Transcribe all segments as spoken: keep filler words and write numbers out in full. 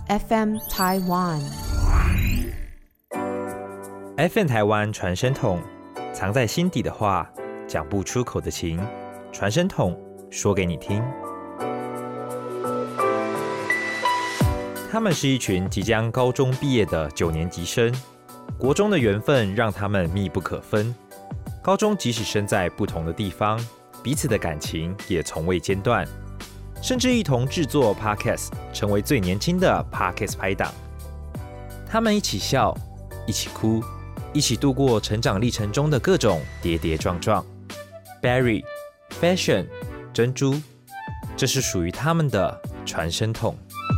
F M Taiwan F M 台湾传声筒，藏在心底的话，讲不出口的情，传声筒说给你听。他们是一群即将高中毕业的九年级生，国中的缘分让他们密不可分。高中即使身在不同的地方，彼此的感情也从未间断，甚至一同制作 Podcast， 成为最年轻的 Podcast 拍档。他们一起笑，一起哭，一起度过成长历程中的各种跌跌撞撞。Berry、Fashion、珍珠，这是属于他们的传声筒。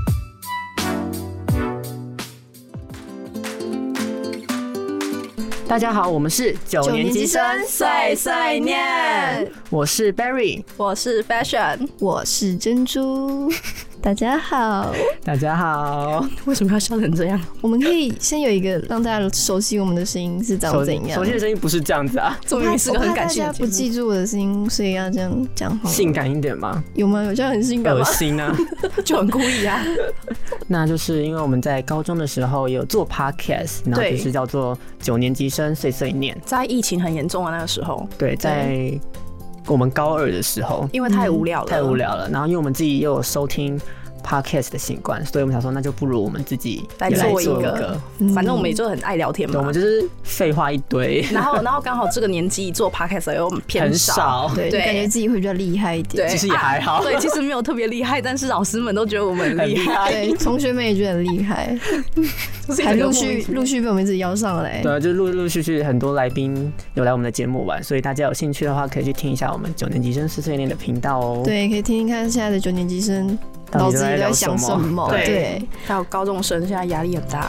大家好，我们是九年级生碎碎念，我是 Berry， 我是 Fashion， 我是珍珠。大家好， 大家好。 为什么要笑成这样？ 我们可以先有一个让大家熟悉我们的声音是长怎样。 熟悉的声音不是这样子啊， 这明明是个很感性的节目。 我怕大家不记住我的声音，所以要这样讲好。 性感一点吗？ 有吗？有这样很性感吗？ 恶心啊， 就很故意啊。 那就是因为我们在高中的时候有做 podcast， 然后就是叫做九年级生碎碎念， 在疫情很严重的那个时候， 对，在我们高二的时候， 因为太无聊了， 嗯、太无聊了。然后因为我们自己又有收听 podcast 的习惯，所以我们想说，那就不如我们自己来做一个。反正我们也就很爱聊天嘛， 我们就是废话一堆。 然后，然后刚好这个年纪做 podcast 又偏少， 对，对，感觉自己会比较厉害一点。 其实也还好、啊， 对，其实没有特别厉害，但是老师们都觉得我们很厉害， 对，同学们也觉得很厉害，还陆续陆续被我们一直邀上来。 对啊，就陆陆续续很多来宾有来我们的节目玩，所以大家有兴趣的话，可以去听一下我们九年级生碎碎念的频道哦。 对，可以听听看现在的九年级生脑子里在想什么。 对， 对， 还有高中生现在压力很大。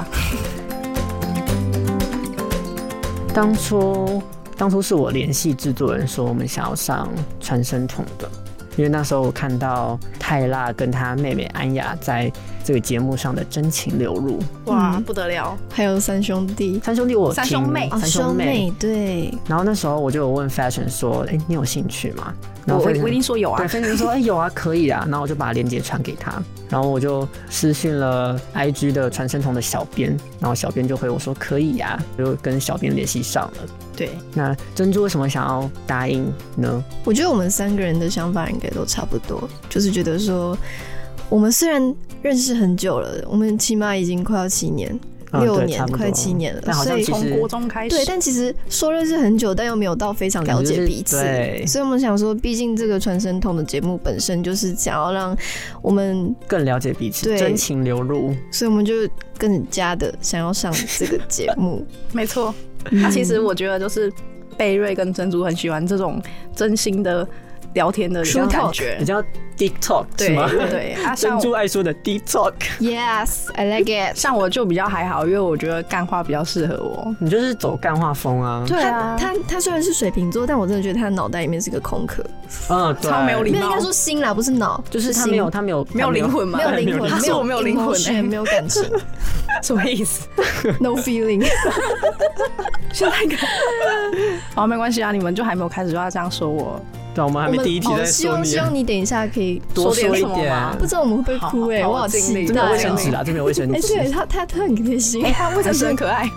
当初当初是我联系制作人说我们想要上传声筒的，因为那时候我看到泰辣跟他妹妹安雅在这个节目上的真情流露， 哇，嗯、不得了！ 还有三兄弟， 三兄弟我有听， 三兄妹， 三兄妹，对。 然后那时候我就有问 Fashion 说：“哎、欸，你有兴趣吗？”然后我我一定说有啊。 对 ，Fashion 说：“哎、欸，有啊，可以啊。”然后我就把链接传给他，然后我就私讯了 I G 的传声筒的小编，然后小编就回我说：“可以啊。”就跟小编联系上了。 对， 那珍珠为什么想要答应呢？ 我觉得我们三个人的想法应该都差不多，就是觉得说，我们虽然认识很久了，我们起码已经快要七年。六年、嗯、快七年了， 但好像从国中开始， 对，但其实说认识很久，但又没有到非常了解彼此， 对， 所以我们想说，毕竟这个传声筒的节目本身就是想要让我们更了解彼此，真情流露， 所以我们就更加的想要上这个节目。 没错，那、嗯、其实我觉得就是贝瑞跟珍珠很喜欢这种真心的聊天的感觉， 比较 deep talk 是吗？ 对对，啊， 珍珠爱说的 deep talk。 Yes, I like it。 像我就比较还好，因为我觉得干话比较适合我。 你就是走干话风啊。 对啊，他他虽然是水瓶座，但我真的觉得他脑袋里面是个空壳。 嗯， 超没有礼貌。 应该说心啦，不是脑， 就是他没有他没有没有灵魂嘛， 没有灵魂， 他说我没有灵魂、 欸，没有感情， 什么意思 ？No feeling。 现在看，好，没关系啊，你们就还没有开始就要这样说我。 对，我们还没第一题在说你。 希望希望你等一下可以多说一点， 不知道我们会不会哭哎、欸，我好期待。 这边有卫生纸啦，这边有卫生纸。 哎、欸，对他他他很贴心， 哎、欸，他卫生纸很可爱。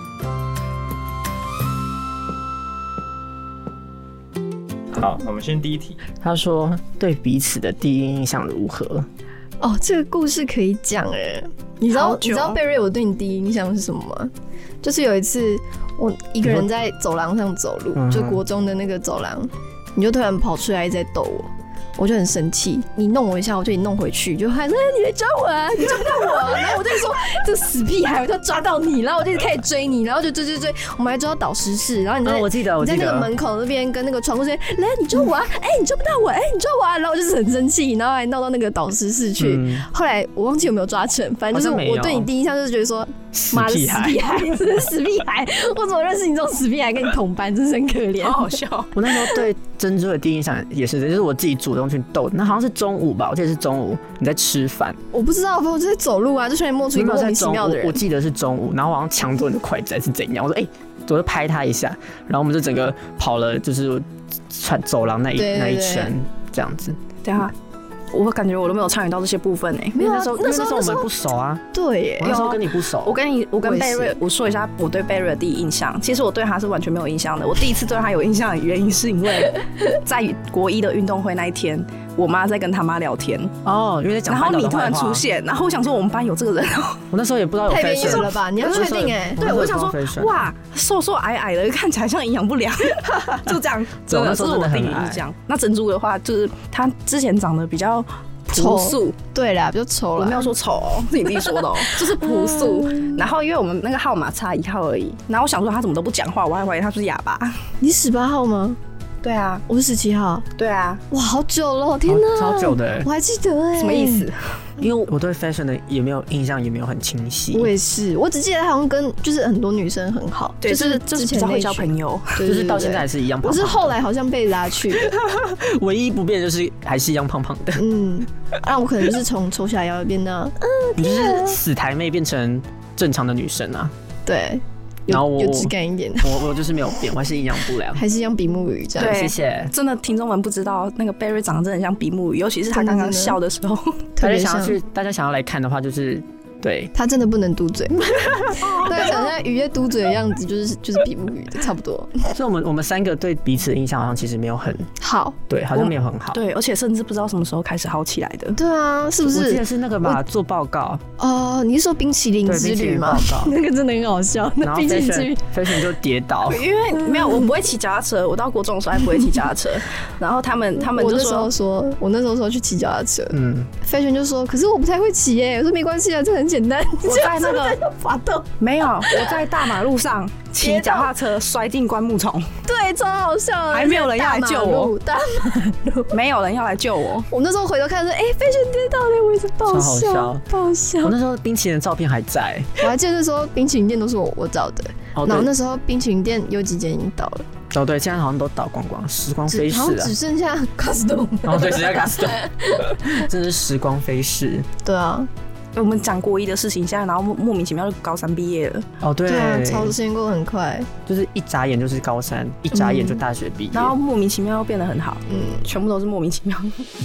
好，我们先第一题。 他说对彼此的第一印象如何？ 哦，这个故事可以讲哎。你知道你知道贝瑞我对你第一印象是什么吗？就是有一次我一个人在走廊上走路，嗯、就国中的那个走廊。你就突然跑出来一直在逗我，我就很生气。你弄我一下，我就你弄回去，就喊说你在抓我啊，你抓不到我。然后我就说这死屁孩，我就要抓到你。然后我就开始追你，然后就追追追，我们还追到导师室。然后你在、 啊、我记得我记得你在那个门口那边跟那个窗户说来你抓我啊，哎、欸、你抓不到我，哎、欸、你抓我啊。然后我就是很生气，然后还闹到那个导师室去。嗯、后来我忘记有没有抓成，反正就是我对你第一印象就是觉得说。妈的死屁孩，真是死屁孩！我怎么认识你这种死屁孩，跟你同班，真是很可怜。 好好笑。 我那时候对珍珠的第一印象也是，就是我自己主动去逗。那好像是中午吧，我记得是中午你在吃饭。 我不知道，我就在走路啊，就突然摸出一个莫名其妙的人。 我, 我记得是中午，然后我好像抢走你的筷子还是怎样？我说哎、欸，我就拍他一下，然后我们就整个跑了，就是穿走廊那一那一圈这样子。 对啊。 我感觉我都没有参与到这些部分哎、欸。 没有、啊，那时候那时候我们不熟啊。 对耶， 我那时候跟你不熟。 我跟你，我跟贝瑞，我说一下我对贝瑞的第一印象。其实我对他是完全没有印象的。我第一次对他有印象的原因，是因为在国一的运动会那一天，我妈在跟他妈聊天哦，因为在讲班导的坏话，然后你突然出现，然后我想说我们班有这个人哦。 我那时候也不知道有 fashion， 太边缘了吧？你要确定哎、欸。 对，我想说哇，瘦瘦矮矮的，看起来像营养不良，就这样。真的，这是我第一印象。那珍珠的话，就是她之前长得比较朴素， 对啦，比较丑了。 我没有说丑哦，是你自己说的哦，就是朴素。然后因为我们那个号码差一号而已，然后我想说他怎么都不讲话，我还怀疑他是哑巴。 你十八号吗？ 对啊， 我是十七号。 对啊， 哇，好久了，天哪， 超久的， 我还记得哎， 什么意思？ 因为我对 fashion 的也没有印象，也没有很清晰。 我也是，我只记得他好像跟就是很多女生很好， 对， 就是之前会交朋友， 就是到现在还是一样胖胖的。 我是后来好像被拉去的， 唯一不变就是还是一样胖胖的。 嗯，那我可能就是从丑小鸭变到，嗯， 你就是死台妹变成正常的女生啊。 对。 然后我有质感一点， 我我就是没有变，我还是营养不良， 还是像比目鱼这样。 谢谢。 真的，听众们不知道那个贝瑞长得真的很像比目鱼，尤其是他刚刚笑的时候。 大家想要去，大家想要来看的话，就是对他真的不能嘟嘴，对，长像鱼在嘟嘴的样子，就是就是比目鱼的差不多。 所以我们我们三个对彼此的印象好像其实没有很好， 对，好像没有很好， 对，而且甚至不知道什么时候开始好起来的。 对啊，是不是？ 我记得是那个吧，做报告哦，你是说冰淇淋之旅吗？那个真的很好笑，那冰淇淋之旅 ，fashion 就跌倒， 因为没有，我不会骑脚踏车，我到国中的时候还不会骑脚踏车，然后他们他们就说， 我那时候说，我那时候说去骑脚踏车， 嗯 ，fashion 就说，可是我不太会骑耶，我说没关系啊，这很简单， 我在那个发动，没有，我在大马路上骑脚踏车摔进灌木丛， 对，超好笑的， 还没有人要来救我， 大马路没有人要来救我。 我那时候回头看说，哎、欸、，fashion 跌倒了，我一直爆笑，爆笑。 我那时候冰淇淋的照片还在， 我还记得那时候冰淇淋店都是我我找的， 哦、 然后那时候冰淇淋店有几间已经倒了。 哦，对，现在好像都倒光光，时光飞逝了， 只剩下卡斯顿。 哦，对，只剩下卡斯顿，真的是时光飞逝。 对啊。 我们讲国一的事情，现在然后莫名其妙就高三毕业了。 哦，对， 对啊，超时间过得很快， 就是一眨眼就是高三，一眨眼就大学毕业、嗯， 然后莫名其妙又变得很好，嗯，全部都是莫名其妙。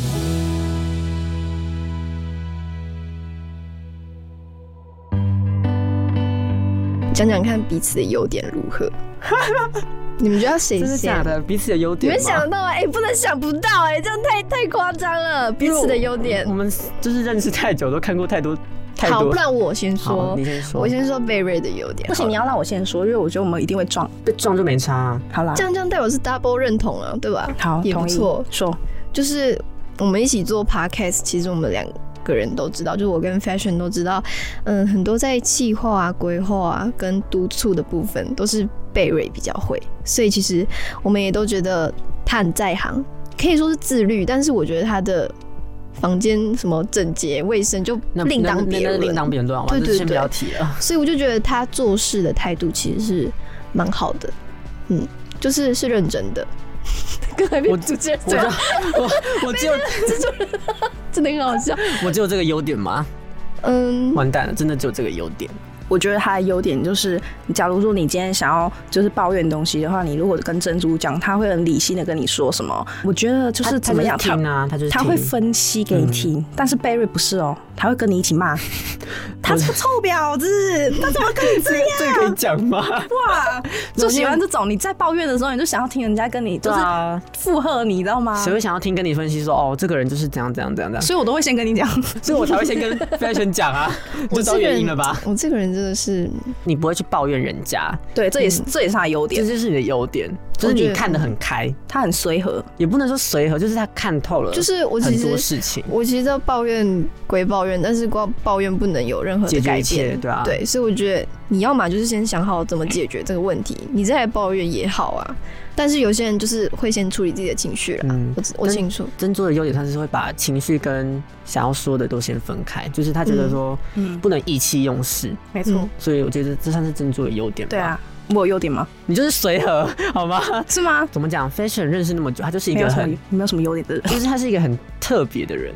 讲讲看彼此的优点如何？你们觉得谁先？ 真的假的？彼此的优点？ 你们想到哎、欸，不能想不到哎、欸，这样太太夸张了。彼此的优点， 我们就是认识太久，都看过太多。 好，不然我先说， 你先说。 我先说贝瑞的优点。 不行，你要让我先说，因为我觉得我们一定会撞， 被撞就没差、啊。 好啦， 这样这样代表是 double 认同了，对吧？ 好， 也不错。 说， 就是我们一起做 podcast， 其实我们两个人都知道，就是我跟 Fashion 都知道，嗯，很多在企划啊、规划啊跟督促的部分都是贝瑞比较会，所以其实我们也都觉得他很在行，可以说是自律，但是我觉得他的房间什么整洁卫生就另当别论， 另当别论，对对对，先不要提了。 所以我就觉得他做事的态度其实是蛮好的，嗯，就是是认真的。我主持人，我我我只有真的很好笑。 我只有这个优点吗？ 嗯， 完蛋了，真的只有这个优点。 我觉得他的优点就是，假如说你今天想要就是抱怨东西的话，你如果跟珍珠讲，他会很理性的跟你说什么。我觉得就是怎么样， 他听啊，他就是他会分析给你听。嗯、但是贝瑞不是哦，他会跟你一起骂，他是个臭婊子，他怎么可以这样？ 这个可以讲吗？ 哇，就喜欢这种你在抱怨的时候，你就想要听人家跟你就是附和你，你知道吗？ 谁会想要听跟你分析说哦，这个人就是怎样怎样怎样怎样？ 所以我都会先跟你讲， 所以我才会先跟 Fashion 讲啊，就知道原因了吧？ 我这个人真的是， 你不会去抱怨人家， 对，这也是、嗯、这也是他的优点， 这就是你的优点，就是你看得很开， 他很随和， 也不能说随和，就是他看透了， 就是我其实很多事情， 我其实在抱怨归抱怨，但是光抱怨不能有任何的改变， 对啊， 对，所以我觉得你要嘛就是先想好怎么解决这个问题，你再来抱怨也好啊。但是有些人就是会先处理自己的情绪啦，嗯，我我清楚。 珍珠的优点，他是会把情绪跟想要说的都先分开，就是他觉得说，嗯，不能意气用事， 没错、嗯。 所以我觉得这算是珍珠的优点吧。 对啊，我有优点吗？ 你就是随和，好吗？ 是吗？ 怎么讲 ？Fashion 认识那么久，他就是一个很没有什么优点的人， 就是他是一个很特别的人。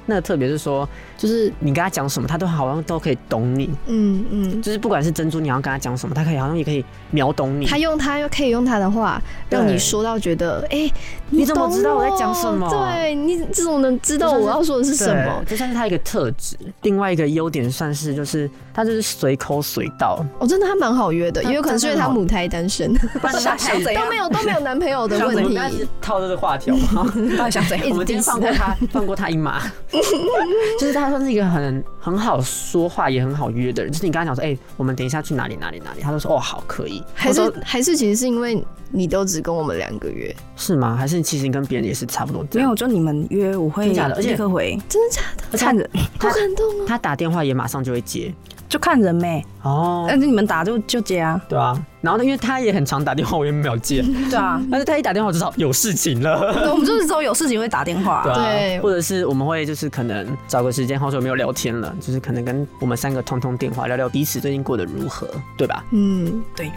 那个特别是说，就是你跟他讲什么，他都好像都可以懂你。嗯嗯，就是不管是珍珠，你要跟他讲什么，他可以好像也可以秒懂你。 他用他又可以用他的话，让你说到觉得，哎、欸， 你怎么知道我在讲什么？ 对，你这种能知道我要说的是什么？ 这算是他一个特质。另外一个优点算是就是他就是随口随到。 哦，真的他蛮好约的，也有可能是因为他母胎单身，都没有都没有男朋友的问题。 套这个话题吗？ 到底想怎样？ 我们今天放过他，放过他一马。就是他算是一个很很好说话，也很好约的人。就是你跟他讲说，哎、欸，我们等一下去哪里哪里哪里，他就说哦好可以。 还是还是其实是因为你都只跟我们两个约， 是吗？还是其实你跟别人也是差不多？ 没有，就你们约我会立刻回， 真的假的？ 看人， 好感动啊！ 他打电话也马上就会接。 就看人没哦，但是你们打就就接啊， 对啊。然后呢，因为他也很常打电话，我也没有接， 对啊。 但是他一打电话，我就知道有事情了。 我们就是说有事情会打电话， 对、啊，对。或者是我们会就是可能找个时间，好久没有聊天了，就是可能跟我们三个通通电话，聊聊彼此最近过得如何，对吧？ 嗯，对。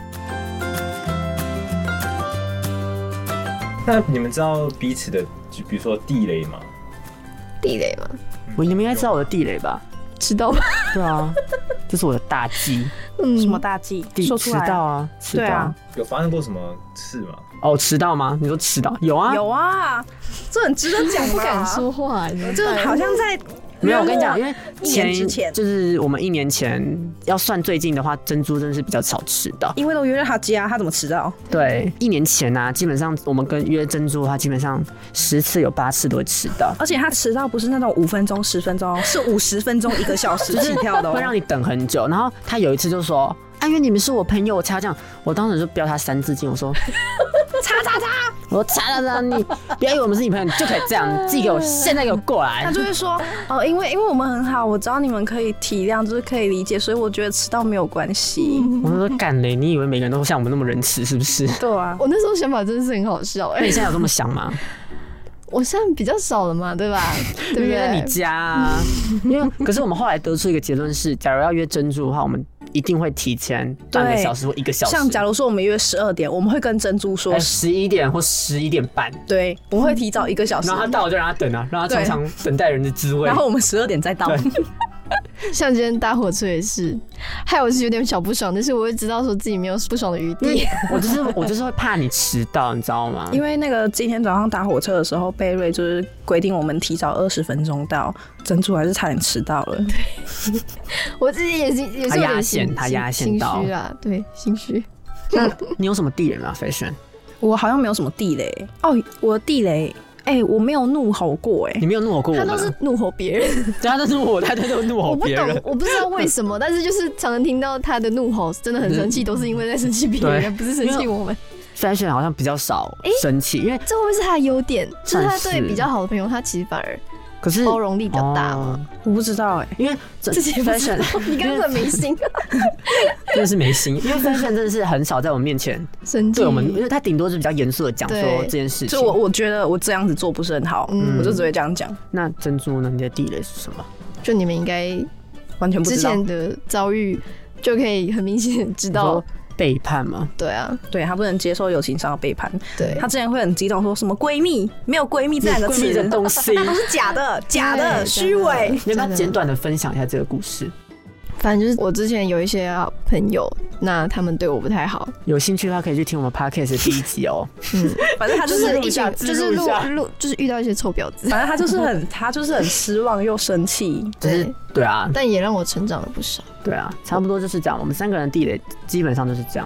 那你们知道彼此的，就比如说地雷吗？ 地雷吗？ 我你们应该知道我的地雷吧？ 知道吗？ 对啊，这是我的大忌。 嗯，什么大忌？说出来。 迟到啊，迟到。啊， 有发生过什么事吗？ 哦，迟到吗？你说迟到？有啊， 有啊，这很值得讲。 不敢说话， 就好像在。 没有，我跟你讲，因为前之前就是我们一年前要算最近的话，珍珠真的是比较少迟到， 因为都约在他家，他怎么迟到？ 对，一年前啊，基本上我们跟约珍珠的话，基本上十次有八次都会迟到， 而且他迟到不是那种五分钟、十分钟，是五十分钟、一个小时起跳的、哦， 会让你等很久。然后他有一次就说：“啊，因为你们是我朋友，我才要这样。”我当时就标他三字经，我说：“ 叉叉叉！” 我说：“叉叉叉，你不要以为我们是你朋友，你就可以这样，你自己给我现在给我过来。” 他就会说：“哦，因为因为我们很好，我知道你们可以体谅，就是可以理解，所以我觉得迟到没有关系。” 我说：“干嘞，你以为每个人都像我们那么仁慈是不是？” 对啊， 我那时候想法真的是很好笑哎、欸。 那你现在有这么想吗？ 我现在比较少了嘛，对吧？对不对？ 因为你家啊，因为可是我们后来得出一个结论是，假如要约珍珠的话，我们一定会提前半个小时或一个小时。 像假如说我们约十二点，我们会跟珍珠说十一点或十一点半。 对，我们会提早一个小时。 然后他到了就让他等啊，让他尝尝等待人的滋味。 然后我们十二点再到。 像今天搭火车也是，害我是有点小不爽，但是我会知道说自己没有不爽的余地。 我就是我就是会怕你迟到，你知道吗？ 因为那个今天早上搭火车的时候，贝瑞就是规定我们提早二十分钟到，珍珠还是差点迟到了。 对，我自己也是也是有点心他压线到心虚啊，对，心虚。 那你有什么地雷吗 ？Fashion？ 我好像没有什么地雷哦，我的地雷。哎、欸，我没有怒吼过哎、欸， 你没有怒吼过我， 他都是怒吼别人， 对，他都是怒吼，他都怒吼别人。 我不懂，我不知道为什么，但是就是常常听到他的怒吼，真的很生气，都是因为在生气别人，不是生气我们。 Fashion 好像比较少生气，欸，因为这会不会是他的优点？就是他对比较好的朋友，他其实反而可是包容力比较大吗？ 我不知道哎、欸， 因为自己 Fashion， 你刚刚很没心， 真的是没心。因为 Fashion 真的是很少在我面前生气， 对我们，因为他顶多是比较严肃的讲说这件事情。 就我我觉得我这样子做不是很好，嗯、我就只会这样讲。 那珍珠呢？你的地雷是什么？ 就你们应该完全不知道之前的遭遇，就可以很明显知道。 背叛吗？ 对啊， 对他不能接受友情上的背叛。 对他之前会很激动，说什么闺蜜没有闺蜜这两个词的东西都是假的，假的，虚伪。 你要不要简短的分享一下这个故事？ 反正就是我之前有一些朋友，那他们对我不太好。 有兴趣的话可以去听我们 podcast 的第一集哦。 嗯，反正他就是一下， 就是录录，就是遇到一些臭婊子。 反正他就是很，他就是很失望又生气。 对对啊， 但也让我成长了不少。 对啊，差不多就是这样。我们三个人地雷基本上就是这样。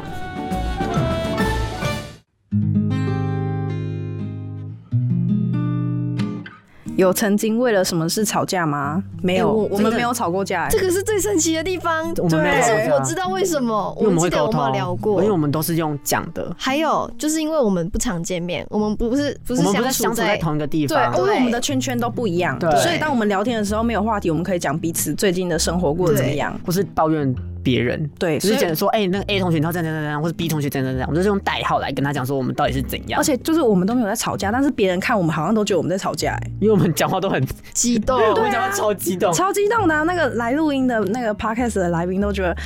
有曾经为了什么事吵架吗？没有，欸、我, 我们没有吵过架、欸。 这个是最神奇的地方。 我们没有吵架， 但是我知道为什么。 因为我们会沟通， 我们聊过， 因为我们都是用讲的。 还有就是因为我们不常见面，我们不是不是相处 在, 相处在同一个地方， 对，因为我们的圈圈都不一样，对，所以当我们聊天的时候没有话题，我们可以讲彼此最近的生活过得怎么样， 或是抱怨别人， 对， 只是讲说，哎、欸，那个 A 同学他这样这样这样，或是 B 同学这样这样，我们就是用代号来跟他讲说我们到底是怎样。 而且就是我们都没有在吵架，但是别人看我们好像都觉得我们在吵架、欸， 因为我们讲话都很激动， 我们讲话超激动， 超激动的、啊。那个来录音的那个 podcast 的来宾都觉得。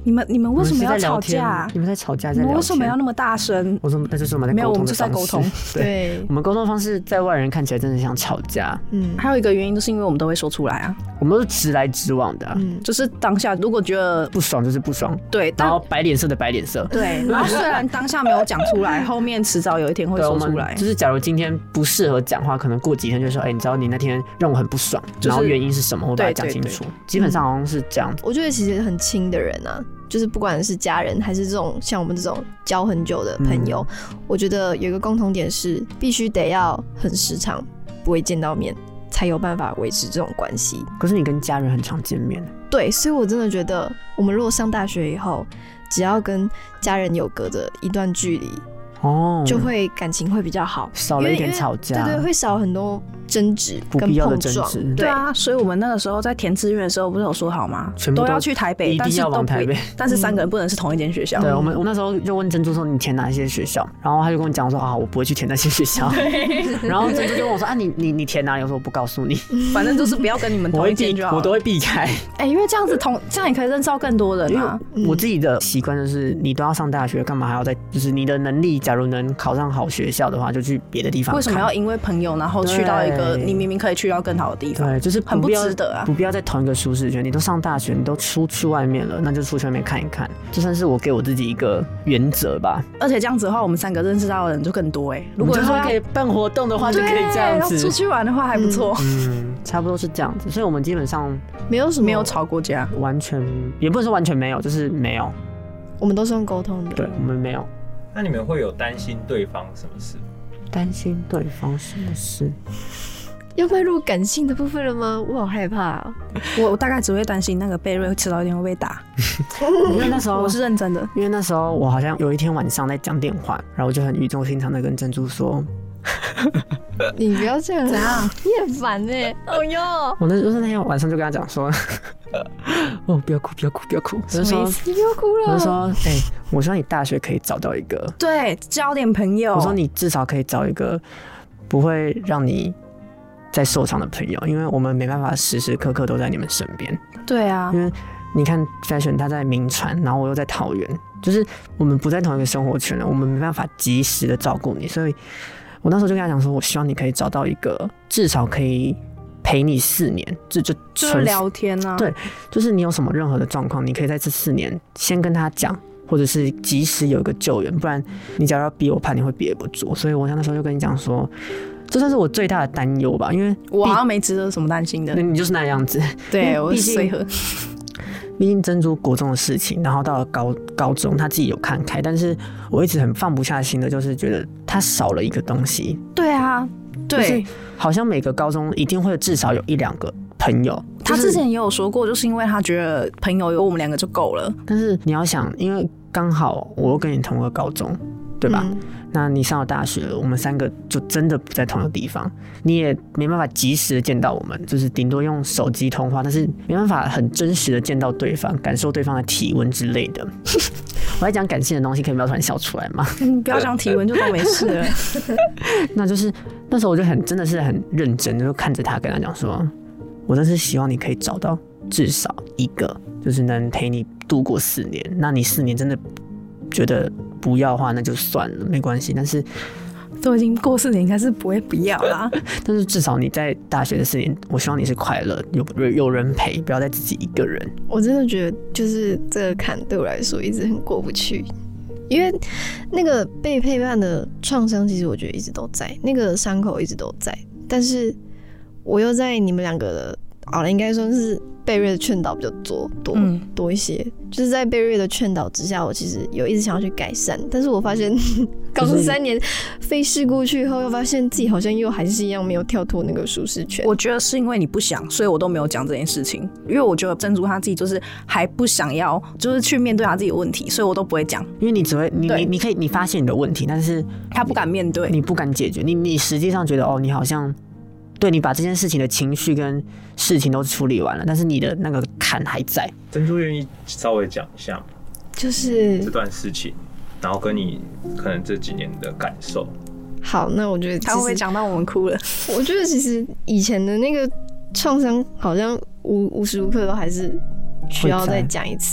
你们你们为什么要吵架？ 你们在吵架，在聊天， 你们为什么要那么大声？ 我说那就是我们在沟通的方式。没有，我们就在沟通。 对， 我们沟通方式在外人看起来真的像吵架。 嗯，还有一个原因就是因为我们都会说出来啊， 我们都是直来直往的、啊。 嗯，就是当下如果觉得不爽就是不爽， 对， 然后摆脸色的摆脸色， 对。然后虽然当下没有讲出来，后面迟早有一天会说出来。 就是假如今天不适合讲话，可能过几天就说，哎、欸，你知道你那天让我很不爽，就是、然后原因是什么，我把它讲清楚。對對對，基本上好像是这样子。 我觉得其实很亲的人啊。就是不管是家人还是这种像我们这种交很久的朋友、嗯、我觉得有一个共同点是必须得要很时常不会见到面才有办法维持这种关系。 可是你跟家人很常见面。 对，所以我真的觉得我们如果上大学以后只要跟家人有隔着一段距离哦，就会感情会比较好， 少了一点吵架， 对对，会少很多争执跟碰撞。 对啊，所以我们那个时候在填志愿的时候，不是有说好吗？全部都要去台北， 一定要往台北， 但是, 但是三个人不能是同一间学校。 对，我们我那时候就问珍珠说你填哪一些学校，然后他就跟我讲说啊，我不会去填那些学校。然后珍珠就问我说啊，你你你填哪里？我说我不告诉你， 反正就是不要跟你们同一间就好了。 我都会避开。 哎、欸，因为这样子同这样也可以认识到更多人啊。 我自己的习惯就是你都要上大学，干嘛还要在就是你的能力？假如能考上好学校的话，就去别的地方看。 为什么要因为朋友，然后去到一个你明明可以去到更好的地方？ 对，就是很不值得啊！ 不必要在同一个舒适圈。你都上大学，你都出去外面了，那就出去外面看一看。就算是我给我自己一个原则吧。 而且这样子的话，我们三个认识到的人就更多哎、欸。 如果说可以办活动的话，就可以这样子。 出去玩的话还不错。 嗯，差不多是这样子。所以我们基本上没有什么没有吵过架， 完全也不能说完全没有，就是没有。 我们都是用沟通的。 对，我们没有。 那你们会有担心对方什么事？ 担心对方什么事？ 要迈入感性的部分了吗？我好害怕、喔、 我我大概只会担心那个贝瑞迟早一天会被打。 因为那时候我是认真的， 因为那时候我好像有一天晚上在讲电话，然后我就很语重心长的跟珍珠说。 你不要这样， 怎样？ 你很烦哎、欸！哦哟， 我那就是那天晚上就跟他讲说，哦，不要哭，不要哭，不要哭。 什么意思？你不要哭了。 我就说，哎、欸，我希望你大学可以找到一个， 对，交点朋友。 我说你至少可以找一个不会让你再受伤的朋友，因为我们没办法时时刻刻都在你们身边。 对啊， 因为你看 Fashion 他在銘传，然后我又在桃园，就是我们不在同一个生活圈了，我们没办法及时的照顾你，所以。我那时候就跟他讲说，我希望你可以找到一个至少可以陪你四年，就就就是聊天啊。 对，就是你有什么任何的状况，你可以在这四年先跟他讲，或者是及时有一个救援，不然你假如要逼我，怕你会憋不住。所以我那时候就跟你讲说，这算是我最大的担忧吧，因为我好像没值得什么担心的。 你就是那样子， 对我随和。 毕竟珍珠国中的事情，然后到了高高中，他自己有看开，但是我一直很放不下心的，就是觉得他少了一个东西。 对啊，对， 就是好像每个高中一定会至少有一两个朋友。 他之前也有说过，就是因为他觉得朋友有我们两个就够了。 但是你要想，因为刚好我又跟你同个高中，对吧？嗯，那你上了大学，我们三个就真的不在同一个地方，你也没办法及时的见到我们，就是顶多用手机通话，但是没办法很真实的见到对方，感受对方的体温之类的。我在讲感性的东西，可以不要突然笑出来吗？ 嗯，不要讲体温就都没事了。 那就是那时候我就很真的是很认真，就看着他跟他讲说，我真是希望你可以找到至少一个，就是能陪你度过四年。那你四年真的觉得不要的话，那就算了，没关系。但是都已经过四年，应该是不会不要啦。 但是至少你在大学的四年，我希望你是快乐，有有人陪，不要再自己一个人。 我真的觉得，就是这个坎对我来说一直很过不去，因为那个被背叛的创伤，其实我觉得一直都在，那个伤口一直都在。但是我又在你们两个的，好了，应该说是贝瑞的劝导比较多多、嗯、多一些，就是在贝瑞的劝导之下，我其实有一直想要去改善，但是我发现高中三年非试过去以后，又发现自己好像又还是一样没有跳脱那个舒适圈。 我觉得是因为你不想，所以我都没有讲这件事情，因为我觉得珍珠他自己就是还不想要，就是去面对他自己的问题，所以我都不会讲。 因为你只会你你你可以你发现你的问题，但是他不敢面对， 你不敢解决，你你实际上觉得哦，你好像。对，你把这件事情的情绪跟事情都处理完了，但是你的那个坎还在。 珍珠愿意稍微讲一下吗？ 就是这段事情，然后跟你可能这几年的感受。 好，那我觉得他会不会讲到我们哭了？ 我觉得其实以前的那个创伤，好像无无时无刻都还是需要再讲一次。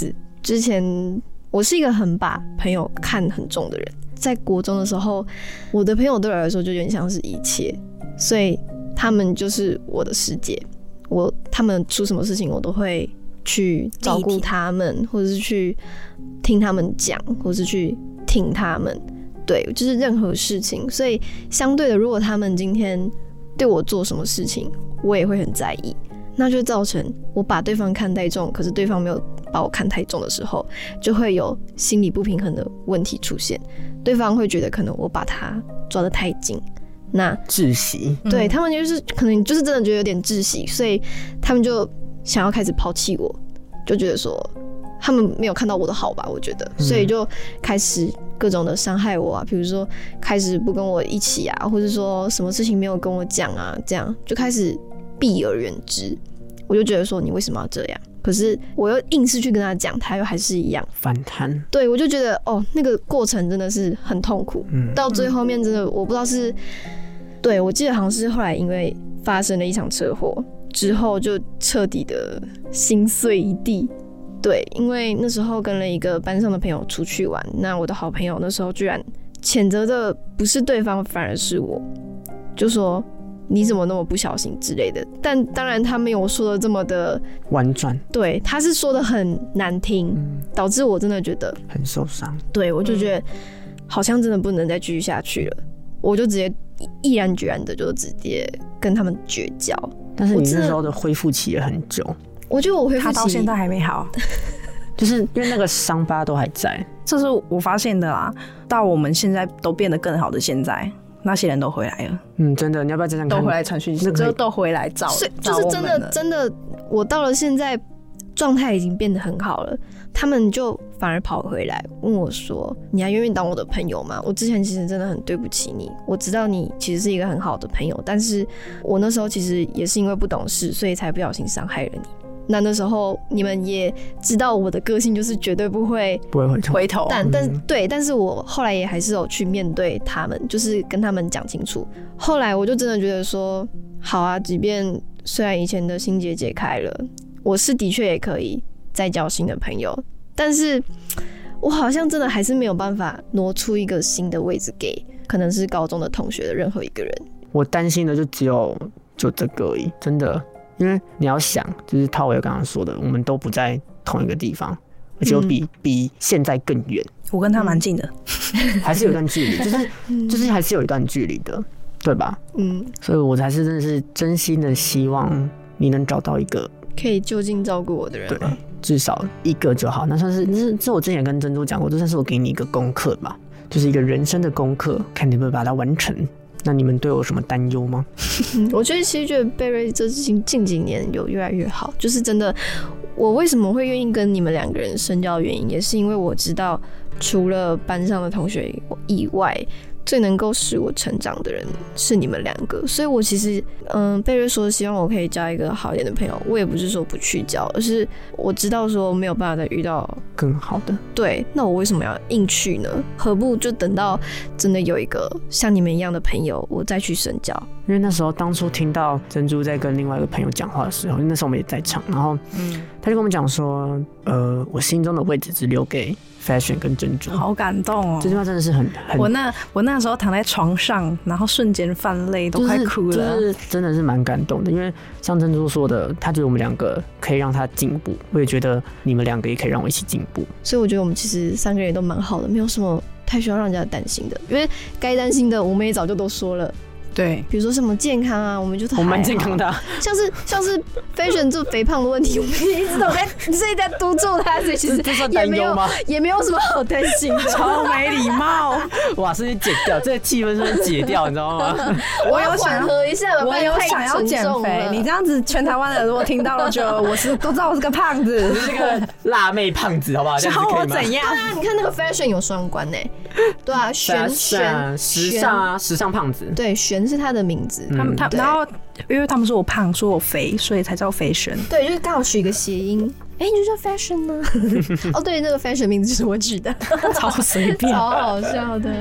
之前我是一个很把朋友看很重的人，在国中的时候，我的朋友对我来说就有点像是一切，所以他们就是我的世界。我他们出什么事情，我都会去照顾他们，或者是去听他们讲，或者是去听他们。对，就是任何事情。所以相对的，如果他们今天对我做什么事情，我也会很在意，那就造成我把对方看太重，可是对方没有把我看太重的时候，就会有心理不平衡的问题出现。对方会觉得可能我把他抓得太紧，那窒息， 对、嗯、他们就是可能就是真的觉得有点窒息，所以他们就想要开始抛弃我，就觉得说他们没有看到我的好吧，我觉得，所以就开始各种的伤害我啊，比如说开始不跟我一起啊，或者说什么事情没有跟我讲啊，这样就开始避而远之。我就觉得说你为什么要这样？可是我又硬是去跟他讲，他又还是一样反弹。 对，我就觉得哦，那个过程真的是很痛苦。嗯，到最后面真的我不知道是，对，我记得好像是后来因为发生了一场车祸之后，就彻底的心碎一地。对，因为那时候跟了一个班上的朋友出去玩，那我的好朋友那时候居然谴责的不是对方，反而是我，就说你怎么那么不小心之类的。但当然他没有说的这么的婉转，对， 他是说的很难听、嗯，导致我真的觉得很受伤。 对，我就觉得好像真的不能再继续下去了，我就直接毅然决然的就直接跟他们绝交。 但是你那时候的恢复期也很久。 我觉得我恢复期他到现在还没好， 就是因为那个伤疤都还在。 这是我发现的啦。到我们现在都变得更好的现在，那些人都回来了。 嗯，真的，你要不要这样看？ 都回来传讯息，就都回来找， 就是真的真的，我到了现在状态已经变得很好了。他们就反而跑回来问我说：“你还愿意当我的朋友吗？”我之前其实真的很对不起你，我知道你其实是一个很好的朋友，但是我那时候其实也是因为不懂事，所以才不小心伤害了你。那那时候你们也知道我的个性就是绝对不会不会回头， 但但、嗯、对，但是我后来也还是有去面对他们，就是跟他们讲清楚。后来我就真的觉得说，好啊，即便虽然以前的心结解开了，我是的确也可以再交新的朋友，但是我好像真的还是没有办法挪出一个新的位置给可能是高中的同学的任何一个人。 我担心的就只有就这个而已，真的。因为你要想，就是涛伟刚刚说的，我们都不在同一个地方，而且比、嗯、比现在更远。 我跟他蛮近的， 还是有一段距离，就是就是还是有一段距离的，对吧？嗯，所以我才是真的是真心的希望你能找到一个可以就近照顾我的人， 对，至少一个就好。那算是这这我之前跟珍珠讲过，这算是我给你一个功课吧，就是一个人生的功课，看你会把它完成。那你们对我有什么担忧吗？ 我觉得其实觉得贝瑞这近近几年有越来越好，就是真的，我为什么会愿意跟你们两个人深交的原因，也是因为我知道除了班上的同学以外，最能够使我成长的人是你们两个。所以我其实嗯，贝瑞说希望我可以交一个好一点的朋友，我也不是说不去交，而是我知道说没有办法再遇到更好的。 对，那我为什么要硬去呢？何不就等到真的有一个像你们一样的朋友，我再去深交。 因为那时候当初听到珍珠在跟另外一个朋友讲话的时候，因为那时候我们也在场，然后他就跟我们讲说，呃，我心中的位置只留给 Fashion 跟珍珠。 好感动哦！ 这句话真的是很很…… 我那我那时候躺在床上，然后瞬间泛泪，都快哭了。 就是就是真的是蛮感动的，因为像珍珠说的，他觉得我们两个可以让他进步，我也觉得你们两个也可以让我一起进步。 所以我觉得我们其实三个人都蛮好的，没有什么太需要让人家担心的，因为该担心的我们也早就都说了。 对， 比如说什么健康啊，我们就我蛮健康的、啊， 像是像是 Fashion 这肥胖的问题，我们一直都在一直在督促他，所以其实也没有也没有什么好担心的， 超没礼貌。 哇，是不是解掉这个气氛，是不是解掉，你知道吗？ 我有缓和一下， 我有想要减肥，你这样子，全台湾的人如果听到了，就我是都知道我是个胖子， 我是个辣妹胖子，好不好？ 然后我怎样？ 对啊，你看那个 Fashion 有双关呢、欸，对啊，玄玄时尚啊，时尚胖子， 对，玄是他的名字， 他们他然后因为他们说我胖，说我肥，所以才叫 Fashion。 对，就是刚好取一个谐音，哎、欸，你就叫 Fashion 呢？哦，对，那个 Fashion 名字就是我取的， 超随便， 超好笑的。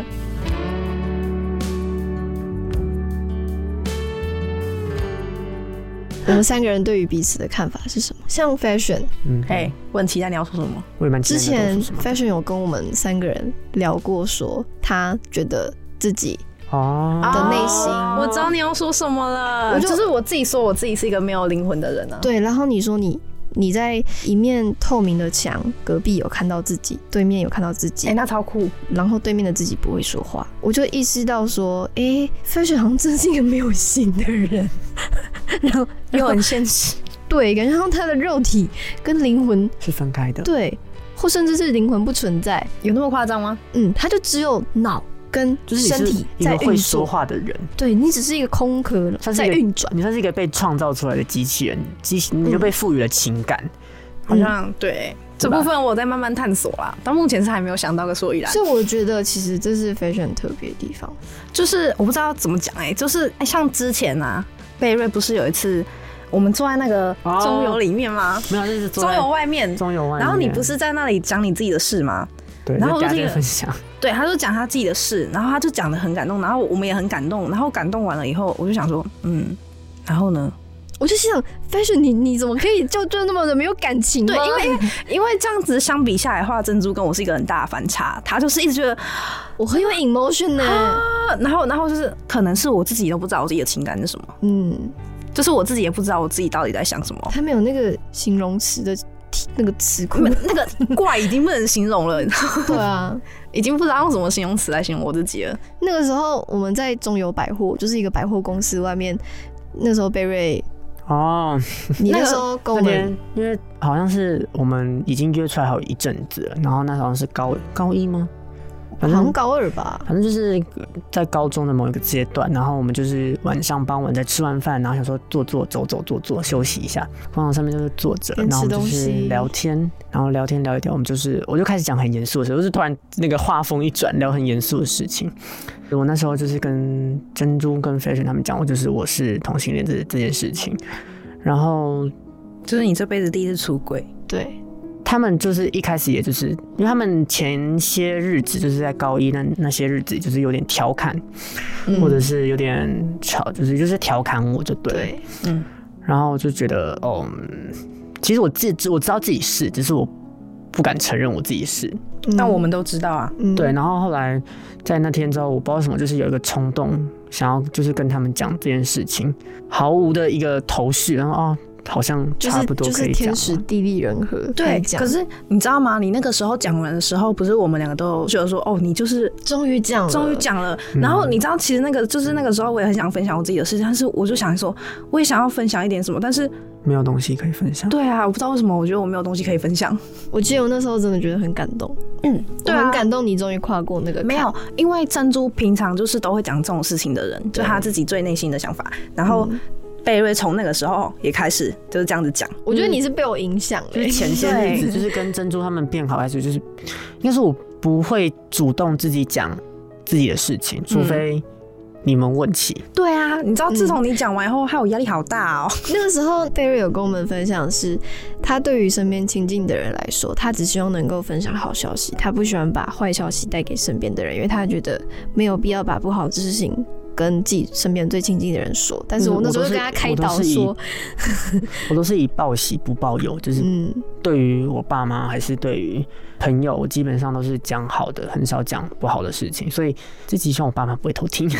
我们三个人对于彼此的看法是什么？像 Fashion， 嗯， 哎，我很期待你要说什么。 我也蛮期待之前你要说什么 Fashion 有跟我们三个人聊过，说他觉得自己哦的内心， 我知道你要说什么了， 我就就是我自己说我自己是一个没有灵魂的人啊。 对，然后你说你你在一面透明的墙隔壁有看到自己，对面有看到自己， 哎、欸，那超酷。 然后对面的自己不会说话，我就意识到说，哎、欸、，Fashion 好像真是一个没有心的人，然后又很现实， 对，感觉像他的肉体跟灵魂是分开的， 对，或甚至是灵魂不存在， 有那么夸张吗？ 嗯，他就只有脑跟身体在运作， 会说话的人， 对你只是一个空壳在运转， 你算是一个被创造出来的机器人，机器你就被赋予了情感， 嗯、好像对。这部分我在慢慢探索啦，到目前是还没有想到个所以然。 所以我觉得其实这是 Fashion 特别的地方， 就是我不知道怎么讲哎、欸，就是哎、欸，像之前啊，贝瑞不是有一次我们坐在那个中油里面吗？ 没有，就是中油外面， 中油外面。 然后你不是在那里讲你自己的事吗？ 对， 然后大家分享。 对，他就讲他自己的事，然后他就讲得很感动，然后我们也很感动，然后感动完了以后，我就想说，嗯，然后呢？ 我就想 ，Fashion 你你怎么可以就就那么的没有感情吗？ 对，因为因为这样子相比下来的话，珍珠跟我是一个很大的反差，他就是一直觉得我很有 emotion 呢、欸啊，然后然后就是可能是我自己都不知道我自己的情感是什么， 嗯， 就是我自己也不知道我自己到底在想什么， 他没有那个形容词的那个词库， 那个怪已经不能形容了， 对啊， 已经不知道用什么形容词来形容我自己了。 那个时候我们在中油百货，就是一个百货公司外面，那时候贝瑞。 哦， 你那时候跟我们， 因为好像是我们已经约出来好一阵子了，然后那好像是高高一吗？ 好像高二吧， 反正就是在高中的某一个阶段，然后我们就是晚上傍晚在吃完饭，然后想说坐坐走走坐坐休息一下，放到上面就是坐着，然后就是聊天，然后聊天聊一聊，我们就是我就开始讲很严肃的事，就是突然那个话锋一转，聊很严肃的事情。我那时候就是跟珍珠跟 Fashion 他们讲，我就是我是同性恋这这件事情，然后就是你这辈子第一次出轨， 对。 他们就是一开始也就是因为他们前些日子就是在高一那那些日子就是有点调侃、嗯，或者是有点吵，就是就是调侃我就对了， 对， 嗯，然后我就觉得哦，其实我自己我知道自己是，只是我不敢承认我自己是， 但、嗯、我们都知道啊， 嗯，对。然后后来在那天之后，我不知道为什么，就是有一个冲动，想要就是跟他们讲这件事情，毫无的一个头绪，然后哦。好像差不多可以讲、 就是，就是天时地利人和。 对，可是你知道吗？你那个时候讲完的时候，不是我们两个都觉得说，哦，你就是终于讲了， 终于讲了。然后你知道，其实那个就是那个时候，我也很想分享我自己的事情，但是我就想说，我也想要分享一点什么，但是没有东西可以分享。 对啊，我不知道为什么，我觉得我没有东西可以分享。 我记得我那时候真的觉得很感动， 嗯，对、啊， 我很感动，你终于跨过那个。 没有，因为珍珠平常就是都会讲这种事情的人，就他自己最内心的想法，然后。嗯贝瑞从那个时候也开始就是这样子讲， 我觉得你是被我影响了、 欸。就是前些日子，就是跟珍珠他们变好开始，就是应该说我不会主动自己讲自己的事情，除非你们问起。 嗯、对啊，你知道自从你讲完以后，害我压力好大哦。 那个时候贝瑞有跟我们分享是，他对于身边亲近的人来说，他只希望能够分享好消息，他不喜欢把坏消息带给身边的人，因为他觉得没有必要把不好的事情。跟自己身边最亲近的人说，但是我那时候就跟他开导说， 我都是以报喜不报忧，就是对于我爸妈还是对于朋友，我基本上都是讲好的，很少讲不好的事情，所以这集希望我爸妈不会偷听。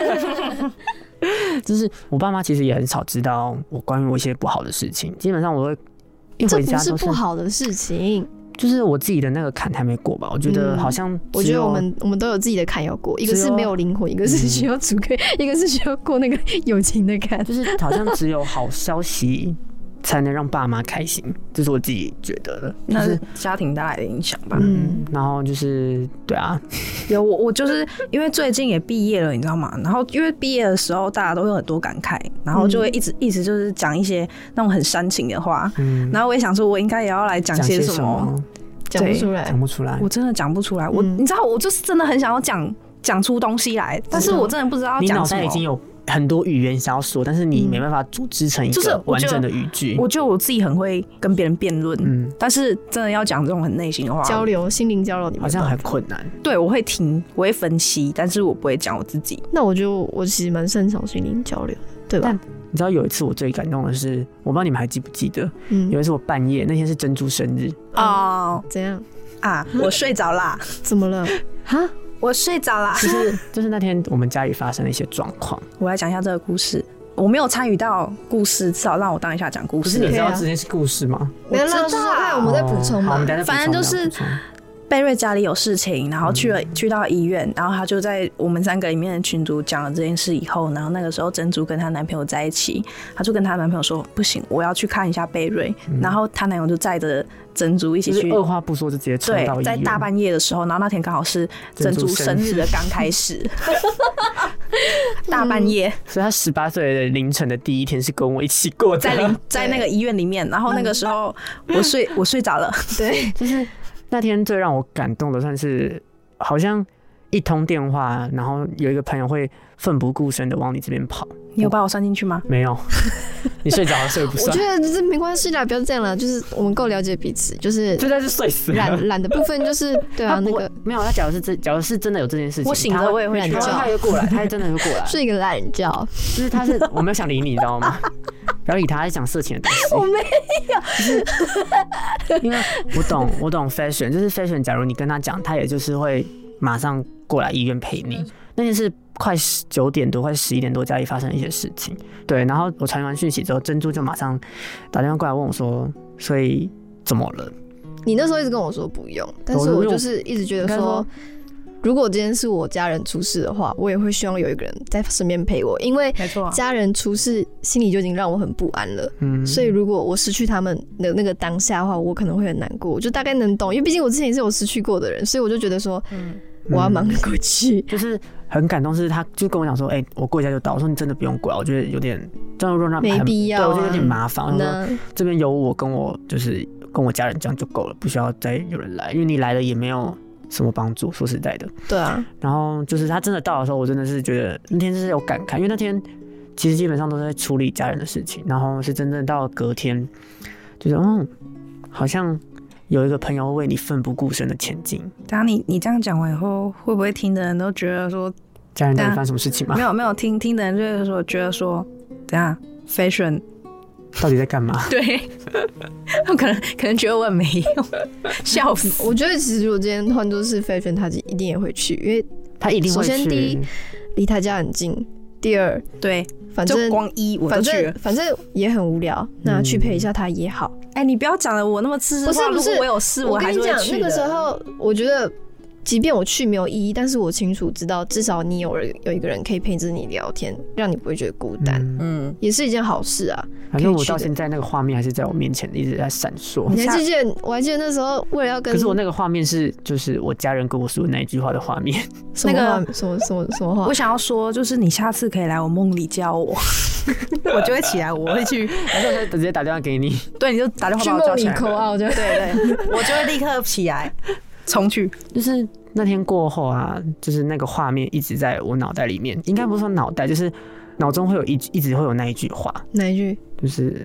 就是我爸妈其实也很少知道我关于我一些不好的事情，基本上我会一回家都是这不是不好的事情。 就是我自己的那个坎还没过吧，我觉得好像、嗯、 我觉得我们我们都有自己的坎要过，一个是没有灵魂，一个是需要主客、嗯，一个是需要过那个友情的坎， 就是好像只有好消息才能让爸妈开心，这是我自己觉得的，就是、 那是家庭带来的影响吧。 嗯，然后就是对啊， 有我我就是因为最近也毕业了，你知道吗？然后因为毕业的时候大家都有很多感慨，然后就会一直、嗯、一直就是讲一些那种很煽情的话，嗯，然后我也想说，我应该也要来讲些什么。 讲不出来， 讲不出来， 我真的讲不出来。嗯、我你知道，我就是真的很想要讲讲出东西来，但是我真的不知道要讲什么。 你脑袋已经有很多语言想要说，但是你没办法组织成一个完整的语句。 我觉得我自己很会跟别人辩论，嗯，但是真的要讲这种很内心的话， 交流、心灵交流， 好像很困难。 对，我会听，我会分析，但是我不会讲我自己。 那我觉得我其实蛮擅长心灵交流的。 对吧？ 但你知道有一次我最感动的是，我不知道你们还记不记得，嗯、有一次我半夜那天是珍珠生日哦， 怎样啊？我睡着啦， 怎么了？哈？ 我睡着啦， 就是就是那天我们家里发生了一些状况。 我来讲一下这个故事。我没有参与到故事，至少让我当一下讲故事。 不是你知道这件是故事吗？ 我知道，那我们再补充嘛。 反正就是贝瑞家里有事情，然后去了、嗯、去到医院，然后他就在我们三个里面的群组讲了这件事以后，然后那个时候珍珠跟她男朋友在一起，她就跟她男朋友说不行，我要去看一下贝瑞，嗯、然后她男友就载着珍珠一起去， 就是二话不说就直接冲到医院。 对，在大半夜的时候，然后那天刚好是珍珠生日的刚开始，大半夜， 所以他十八岁的凌晨的第一天是跟我一起过的， 在在那个医院里面，然后那个时候我睡我睡着了， 对， 就是那天最让我感动的算是好像一通电话，然后有一个朋友会奋不顾身的往你这边跑。 你有把我算进去吗？ 没有，你睡着了，睡不算。 我觉得这没关系啦，不要这样啦，就是我们够了解彼此，就是就在是睡死了。 懒懒的部分就是对啊，那个没有。他假如是真，假如是真的有这件事情， 我醒着我也会懒觉， 他会过来，他真的会过来， 睡一个懒觉。 就是他是我没有想理你，你知道吗？不要理他，他在讲色情的东西。 我没有， 就是因为我懂，我懂 fashion， 就是 fashion。假如你跟他讲，他也就是会马上过来医院陪你。那件事快九点多，快十一点多，家里发生了一些事情。对，然后我传完讯息之后，珍珠就马上打电话过来问我说：“所以怎么了？” 你那时候一直跟我说不用，但是我就是一直觉得说，如果今天是我家人出事的话，我也会希望有一个人在身边陪我，因为家人出事心里就已经让我很不安了。嗯，所以如果我失去他们的那个当下的话，我可能会很难过。我就大概能懂，因为毕竟我之前也是有失去过的人，所以我就觉得说，嗯，我要忙得过去。 就是很感动，是他就跟我讲说，哎、欸，我过一下就到。我说你真的不用过来，我觉得有点这样让他没必要、啊， 对我觉得有点麻烦。我说这边有我跟我就是跟我家人这样就够了，不需要再有人来，因为你来了也没有什么帮助，说实在的。 对啊。 然后就是他真的到的时候，我真的是觉得那天是有感慨，因为那天其实基本上都是在处理家人的事情，然后是真正到隔天，就是嗯，好像有一个朋友为你奋不顾身的前进。 当你你这样讲完以后，会不会听的人都觉得说， 家人到底发生什么事情吗？ 没有没有，听听的人就会说觉得说，怎样 fashion 到底在干嘛？ 对，他可能可能觉得我很没用，笑死。 我觉得其实如果今天换作是 fashion， 他一定也会去，因为他一定会去。 首先第一，离他家很近；第二， 对， 反正就光一我都去了， 反正也很無聊，那去陪一下他也好。 哎、欸，你不要讲了，我那么自私话。 不是不是， 如果我有事，我还是会去的。 那个时候，我觉得。即便我去没有意义，但是我清楚知道，至少你有人有一个人可以陪着你聊天，让你不会觉得孤单，嗯，也是一件好事啊。 反正我到现在那个画面还是在我面前一直在闪烁。 你还记得？我还记得那时候为了要跟， 可是我那个画面是就是我家人跟我说的那一句话的画面。 那个什么什么什么话？ 我想要说，就是你下次可以来我梦里叫我，我就会起来，我会去， 然后直接打电话给你。 对，你就打电话把我叫起来。 去梦里 call out，对对，我就会立刻起来冲去， 就是。那天过后啊，就是那个画面一直在我脑袋里面，应该不是说脑袋，就是脑中会有一一直会有那一句话。 哪一句？ 就是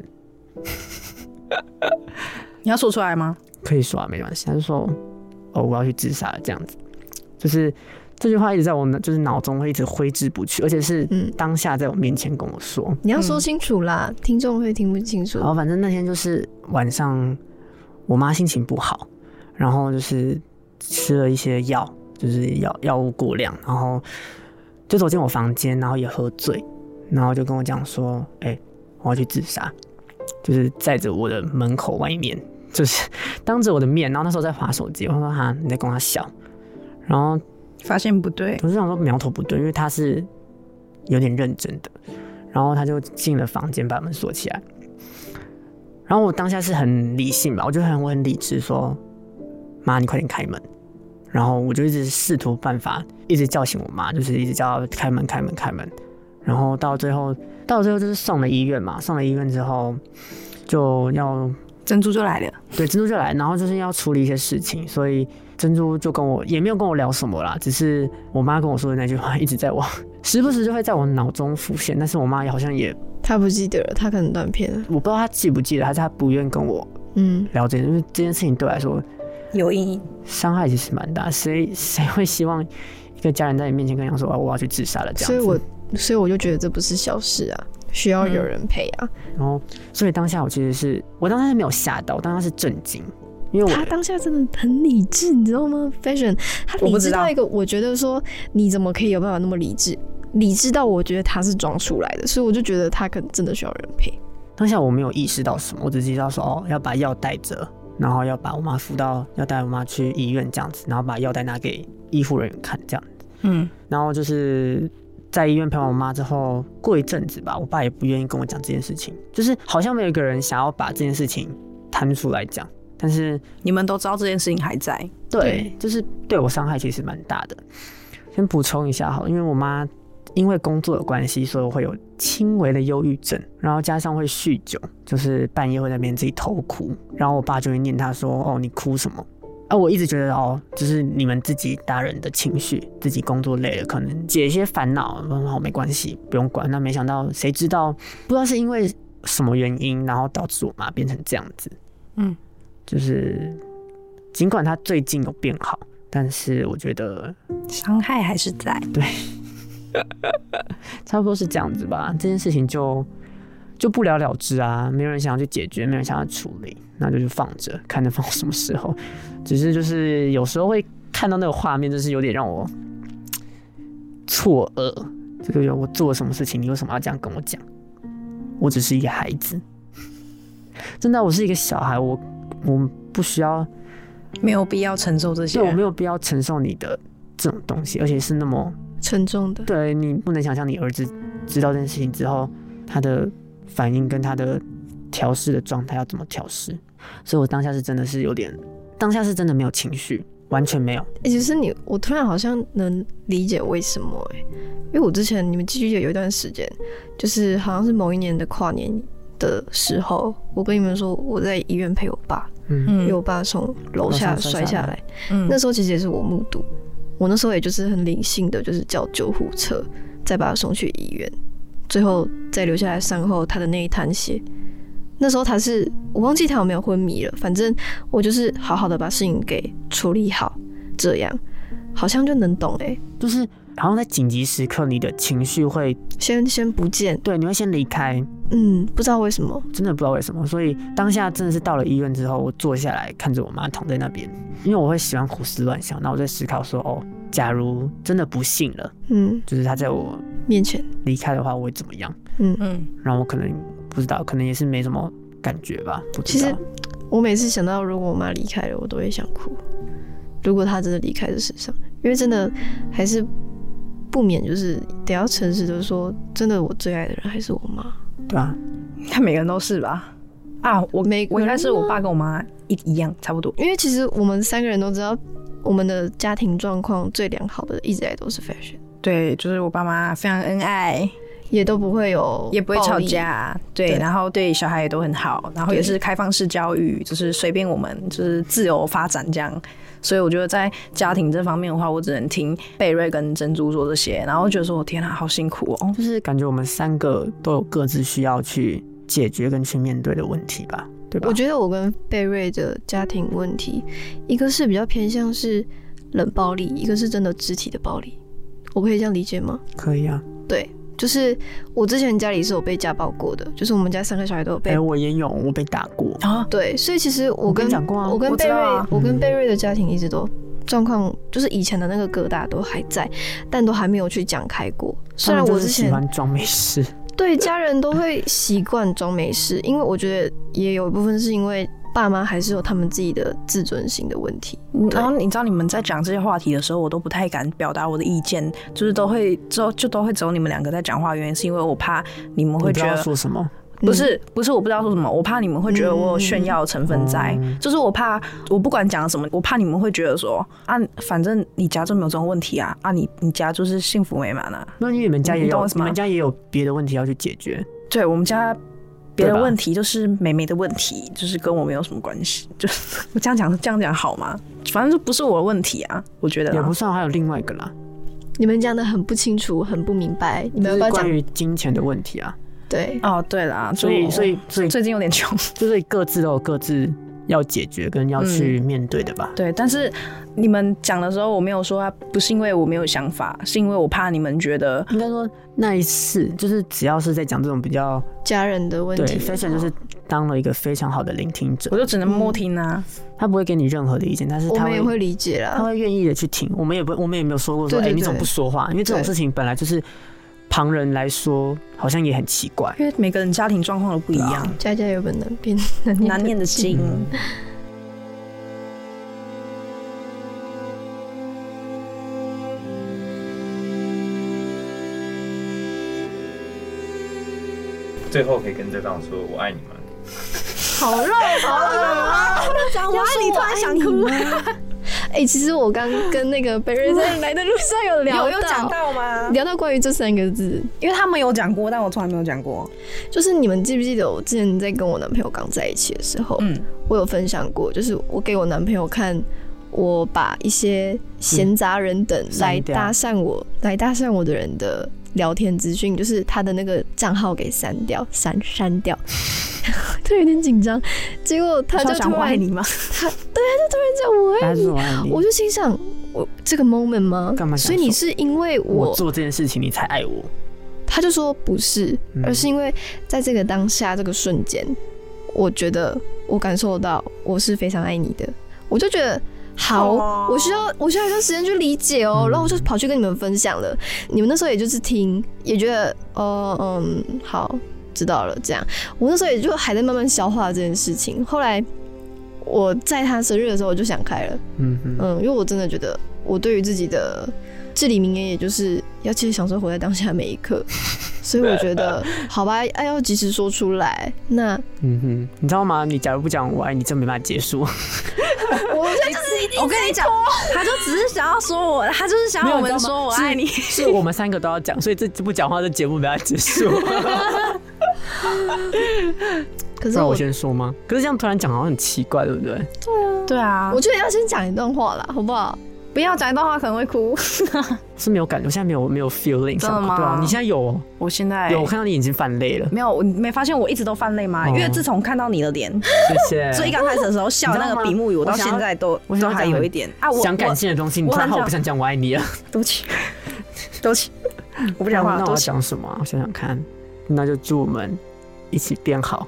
你要说出来吗？ 可以说啊，没关系。他就说：“哦，我要去自杀了。”这样子，就是这句话一直在我就是脑中会一直挥之不去，而且是当下在我面前跟我说。嗯、 你要说清楚啦，嗯、听众会听不清楚。 然后反正那天就是晚上，我妈心情不好，然后就是。吃了一些药，就是药药物过量，然后就走进我房间，然后也喝醉，然后就跟我讲说：“哎、欸，我要去自杀。”就是在着我的门口外面，就是当着我的面，然后那时候在滑手机，我说：“哈，你在跟他笑。”然后发现不对， 我就想说苗头不对，因为他是有点认真的，然后他就进了房间，把门锁起来。然后我当下是很理性吧，我就很我很理智说。妈，你快点开门！然后我就一直试图办法，一直叫醒我妈，就是一直叫她开门、开门、开门。然后到最后，到最后就是送了医院嘛。送了医院之后，就要珍珠就来了。 对，珍珠就来，然后就是要处理一些事情，所以珍珠就跟我也没有跟我聊什么啦，只是我妈跟我说的那句话一直在我时不时就会在我脑中浮现，但是我妈也好像也她不记得了，她可能断片了。 我不知道她记不记得，还是她不愿跟我嗯了解，因为这件事情对我来说。 有阴影， 伤害其实蛮大。谁谁会希望一个家人在你面前跟你说：“哦，我要去自杀了？”这样子。 所以我所以我就觉得这不是小事啊，需要有人陪啊。 然后，所以当下我其实是我当下是没有吓到，当下是震惊。因为我他当下真的很理智，你知道吗 ？Fashion， 他理智到一个，我觉得说你怎么可以有办法那么理智？理智到我觉得他是装出来的，所以我就觉得他可能真的需要人陪。 当下我没有意识到什么，我只知道说哦，要把药带着，然后要把我妈扶到，要带我妈去医院这样子，然后把药带拿给医护人员看这样子。嗯，然后就是在医院陪完我妈之后，过一阵子吧，我爸也不愿意跟我讲这件事情，就是好像没有一个人想要把这件事情摊出来讲。但是你们都知道这件事情还在， 对，就是对我伤害其实蛮大的。先补充一下好了，因为我妈因为工作的关系，所以会有轻微的忧郁症，然后加上会酗酒，就是半夜会在那边自己偷哭，然后我爸就会念他说：“哦，你哭什么？”啊，我一直觉得哦，就是你们自己大人的情绪，自己工作累了，可能解一些烦恼，好没关系，不用管。那没想到，谁知道不知道是因为什么原因，然后导致我妈变成这样子，嗯。就是尽管他最近有变好，但是我觉得伤害还是在。 对，差不多是这样子吧。这件事情就就不了了之啊，没有人想要去解决，没有人想要处理，那就放着，看能放到什么时候。只是就是有时候会看到那个画面，就是有点让我错愕。这个我做了什么事情，你为什么要这样跟我讲？我只是一个孩子，真的，我是一个小孩，我。我不需要， 没有必要承受这些。 对，我没有必要承受你的这种东西，而且是那么沉重的。 对，你不能想象你儿子知道这件事情之后，他的反应跟他的调试的状态要怎么调试。所以我当下是真的是有点，当下是真的没有情绪，完全没有。 欸、其实你，我突然好像能理解为什么哎、欸，因为我之前你们记得有一段时间，就是好像是某一年的跨年的时候，我跟你们说我在医院陪我爸。嗯，因为我爸从楼下摔下来，嗯，那时候其实也是我目睹，我那时候也就是很理性的，就是叫救护车，再把他送去医院，最后再留下来善后他的那一滩血。那时候他是我忘记他有没有昏迷了，反正我就是好好的把事情给处理好，这样好像就能懂哎、欸， 就是好像在紧急时刻，你的情绪会先先不见， 对，你会先离开。 嗯，不知道为什么， 真的不知道为什么。所以当下真的是到了医院之后，我坐下来看着我妈躺在那边，因为我会喜欢胡思乱想，那我在思考说，哦，假如真的不幸了，嗯，就是她在我面前离开的话，我会怎么样？ 嗯嗯， 然后我可能不知道，可能也是没什么感觉吧。不知道。 其实我每次想到如果我妈离开了，我都会想哭。如果她真的离开这世上，因为真的还是不免就是得要诚实的说，真的我最爱的人还是我妈。 对啊， 看每个人都是吧？啊，我每我应该是我爸跟我妈一一样差不多。 因为其实我们三个人都知道，我们的家庭状况最良好的一直以来都是 Fashion。 对，就是我爸妈非常恩爱， 也都不会有， 也不会吵架。对，对，然后对小孩也都很好，然后也是开放式教育，就是随便我们就是自由发展这样。所以我觉得在家庭这方面的话，我只能听贝瑞跟珍珠说这些，然后觉得说我天啊，好辛苦哦， 就是感觉我们三个都有各自需要去解决跟去面对的问题吧，对吧？ 我觉得我跟贝瑞的家庭问题，一个是比较偏向是冷暴力，一个是真的肢体的暴力，我可以这样理解吗？ 可以啊， 对。就是我之前家里是有被家暴过的，就是我们家三个小孩都有被。 哎、欸，我也有，我被打过啊。对，所以其实我跟我讲过啊， 我跟贝瑞，我, 啊、 我跟贝瑞的家庭一直都状况，就是以前的那个疙瘩都还在，但都还没有去讲开过。虽然我之前喜欢装没事， 对家人都会习惯装没事，因为我觉得也有一部分是因为爸妈还是有他们自己的自尊心的问题。 然后你知道你们在讲这些话题的时候，我都不太敢表达我的意见，就是都会就就都会只有你们两个在讲话，原因是因为我怕你们会觉得你不知道说什么。 不是不是我不知道说什么，我怕你们会觉得我有炫耀的成分在，嗯、就是我怕我不管讲什么，我怕你们会觉得说啊，反正你家就没有这种问题啊，啊你你家就是幸福美满啊。 那因为你们家也有，你们家也有别的问题要去解决。 对，我们家别的问题就是妹妹的问题，就是跟我没有什么关系。就是我这样讲这样讲好吗？反正就不是我的问题啊，我觉得也不算，还有另外一个啦。 你们讲的很不清楚，很不明白。你们要不要讲关于金钱的问题啊？ 对， 哦，对啦， 所以所以所以最近有点穷， 就是各自都有各自要解决跟要去面对的吧。 嗯、对，但是你们讲的时候，我没有说不是因为我没有想法，是因为我怕你们觉得， 应该说那一次就是只要是在讲这种比较家人的问题， 对 Fashion 就是当了一个非常好的聆听者， 我就只能默听啊。嗯、 他不会给你任何的意见，但是他会我们也会理解啦， 他会愿意的去听。我们也不，我们也没有说过说，哎、欸，你怎么不说话？因为这种事情本来就是旁人来说好像也很奇怪， 因为每个人家庭状况都不一样，啊、 家家有本难念难念的经。嗯、 最后可以跟对方说“我爱你”吗？ 好热，好热啊！ 讲我爱你，突然想哭。 哎、欸，其实我刚跟那个贝瑞在来的路上有聊到， 有有讲到吗？ 聊到关于这三个字， 因为他们有讲过，但我从来没有讲过。 就是你们记不记得我之前在跟我男朋友刚在一起的时候，嗯，我有分享过，就是我给我男朋友看，我把一些闲杂人等来搭讪我、嗯、来搭讪我的人的聊天资讯，就是他的那个账号给删掉，删删掉。他有点紧张，结果他就突然我爱你吗？ 他对，他就突然讲我爱你， 我爱你， 我就心想，我这个 moment 吗？ 干嘛？ 所以你是因为我, 我做这件事情你才爱我？ 他就说不是，嗯、而是因为在这个当下这个瞬间，我觉得我感受到我是非常爱你的，我就觉得。好，哦、我需要我需要一段时间去理解哦，嗯、然后我就跑去跟你们分享了。你们那时候也就是听，也觉得哦嗯好知道了这样。我那时候也就还在慢慢消化这件事情。后来我在他生日的时候我就想开了，嗯嗯，因为我真的觉得我对于自己的至理名言，也就是要其实享受活在当下每一刻。所以我觉得，好吧，爱要及时说出来。那， 嗯哼，你知道吗？你假如不讲我爱你，真没办法结束。 我现在就是一定， 我跟你讲，他就只是想要说我，他就是想要我们说我爱你， 是, 是我们三个都要讲，所以这不讲话，这节目没办法结束。可是我先说吗？可是这样突然讲好像很奇怪，对不对？ 对啊， 对啊， 我觉得要先讲一段话啦，好不好？ 不要讲一段话可能会哭。 是没有感觉，我现在没有没有 feeling。真的吗？对啊，你现在有哦。 我现在有，我看到你眼睛泛泪了。 没有，我没发现我一直都泛泪吗？哦、因为自从看到你的脸， 谢谢。 所以刚开始的时候笑那个比目鱼，我到现在都都还有一点啊。我讲感性的东西，你突然好不想讲我爱你了。 对不起，对不起，我不讲话。 那我要讲什么、啊？我想想看，那就祝我们一起变好。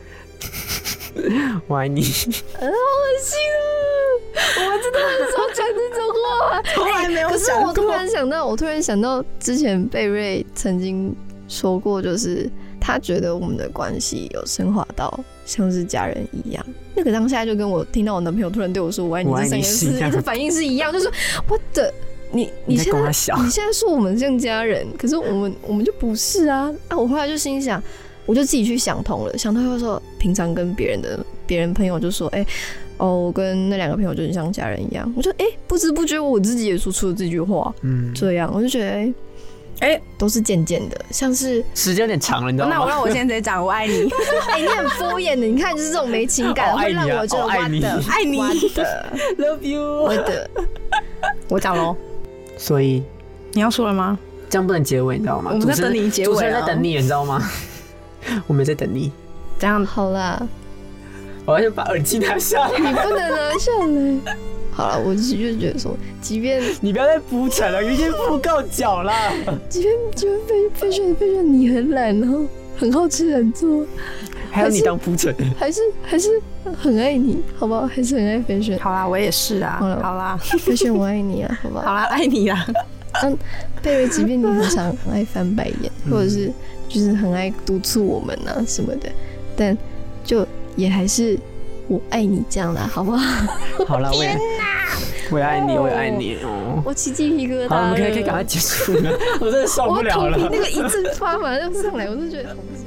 我爱你。 很好恶心啊！我真的很少讲这种话， 从来没有想过。可是我突然想到，我突然想到之前贝瑞曾经说过，就是他觉得我们的关系有升华到像是家人一样。那个当下就跟我听到我男朋友突然对我说“我爱你”这三个字的反应是一样，就是我的你你现在你现在说我们像家人，可是我们我们就不是啊啊！我后来就心想。我就自己去想通了，想通就说，平常跟别人的别人朋友就说，哎、欸，哦，我跟那两个朋友就像家人一样。我就哎、欸，不知不觉我自己也说出了这句话，嗯，这样我就觉得，哎、欸，欸、都是渐渐的，像是时间有点长了，你知道吗？ 那我让我现在直接讲，我爱你。 哎、欸，你很敷衍的，你看就是这种没情感，会让我觉得我的爱你的 ，love you， 我的， 我讲喽。 所以你要说了吗？ 这样不能结尾，你知道吗？ 我们在等你结尾、啊， 主持人在等你，你知道吗？我们在等你， 这样好啦。 我要先把耳机拿下来， 你不能拿下来。好了，我就觉得说，即便你不要再铺陈了，已经铺够脚了。 即便即便被被说被说你很懒，然后很好吃懒做， 还有你当铺陈， 还是还是很爱你，好不好？还是很爱飞轩。 好啦，我也是啊。好了，好啦， 飞轩我爱你啊，好不好？ 好啦，爱你啦。 嗯，贝瑞，即便你很常很爱翻白眼，嗯、或者是就是很爱督促我们啊什么的，但就也还是我爱你这样啦，好不好？ 好了，我也我也爱你，我也爱你哦。 我起鸡皮疙瘩了。 好，我们可以可以赶快结束了，我真的受不了了。 我头皮那个一阵发麻就上来，我就觉得好。